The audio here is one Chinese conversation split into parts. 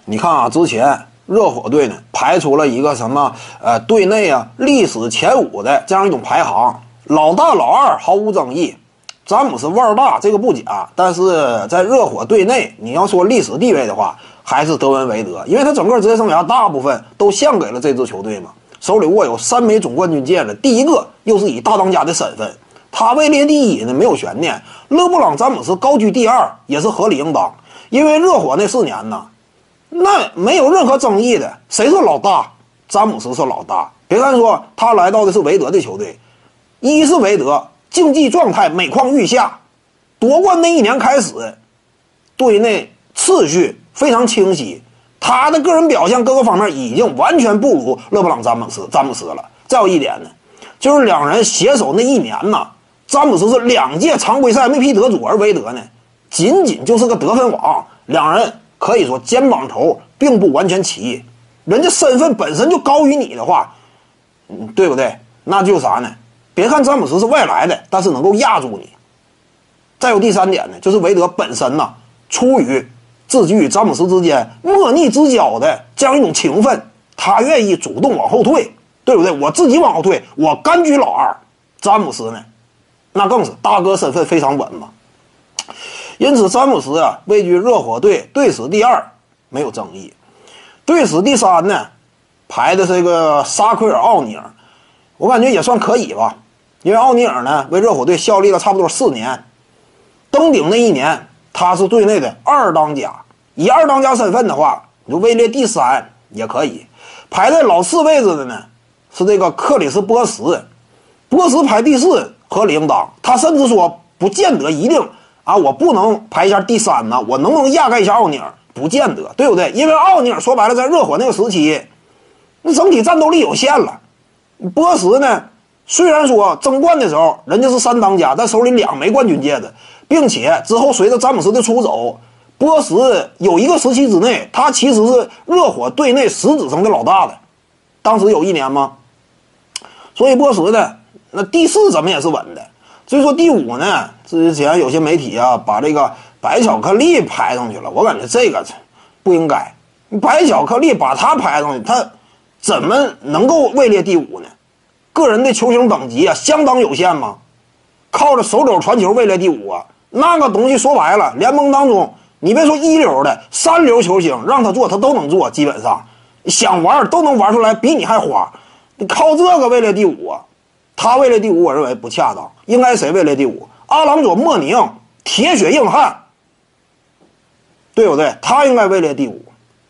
你看啊，之前热火队呢排出了一个什么队内啊历史前5的这样一种排行，老大老二毫无争议，詹姆斯腕儿大这个不假，但是在热火队内你要说历史地位的话，还是德文维德，因为他整个职业生涯大部分都献给了这支球队嘛，手里握有3枚总冠军戒指，第一个又是以大当家的身份，他位列第1呢没有悬念，勒布朗詹姆斯高居第2也是合理应当，因为热火那4年呢，那没有任何争议的，谁是老大？詹姆斯是老大。别看说他来到的是韦德的球队，一是韦德竞技状态每况愈下，夺冠那1年开始，队内次序非常清晰，他的个人表现各个方面已经完全不如勒布朗詹姆斯了。再有一点呢，就是两人携手那1年呢，詹姆斯是2届常规赛 MVP 得主，而韦德呢仅仅就是个得分王，两人可以说肩膀头并不完全齐，人家身份本身就高于你的话，对不对？那就是啥呢？别看詹姆斯是外来的，但是能够压住你。再有第3点呢，就是韦德本身呢，出于自己与詹姆斯之间莫逆之交的这样一种情分，他愿意主动往后退，对不对？我自己往后退，我甘居老二。詹姆斯呢，那更是大哥身份非常稳嘛。因此，詹姆斯啊位居热火队队史第2，没有争议。队史第3呢，排的这个沙奎尔·奥尼尔，我感觉也算可以吧。因为奥尼尔呢为热火队效力了差不多4年，登顶那1年他是队内的2当家，以2当家身份的话，你就位列第3也可以。排在老4位置的呢是这个克里斯波什，波什排第4合理应当，他甚至说不见得一定啊，我不能排一下第3呢，我能不能压盖一下奥尼尔？不见得，对不对？因为奥尼尔说白了，在热火那个时期，那整体战斗力有限了。波什呢，虽然说争冠的时候人家是3当家，但手里2枚冠军戒指，并且之后随着詹姆斯的出走，波什有一个时期之内，他其实是热火队内实质上的老大的。当时有1年吗？所以波什呢，那第4怎么也是稳的。所以说第5呢，之前有些媒体啊把这个白巧克力排上去了，我感觉这个不应该。白巧克力把他排上去，他怎么能够位列第5呢？个人的球星等级啊相当有限嘛，靠着手肘传球位列第5啊，那个东西说白了，联盟当中你别说1流的，3流球星让他做他都能做，基本上想玩都能玩出来，比你还花。你靠这个位列第5啊，他位列第5我认为不恰当，应该谁位列第5？阿朗佐·莫宁，铁血硬汉，对不对？他应该位列第5。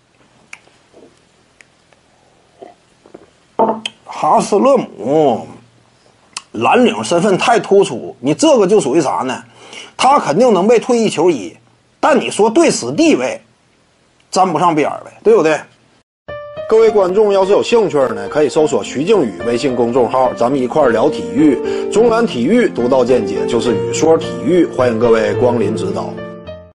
哈斯勒姆蓝领身份太突出，你这个就属于啥呢？他肯定能被退役球衣，但你说队史地位沾不上边呗，对不对？各位观众要是有兴趣呢，可以搜索徐静宇微信公众号，咱们一块聊体育。中南体育独到见解就是语说体育，欢迎各位光临指导。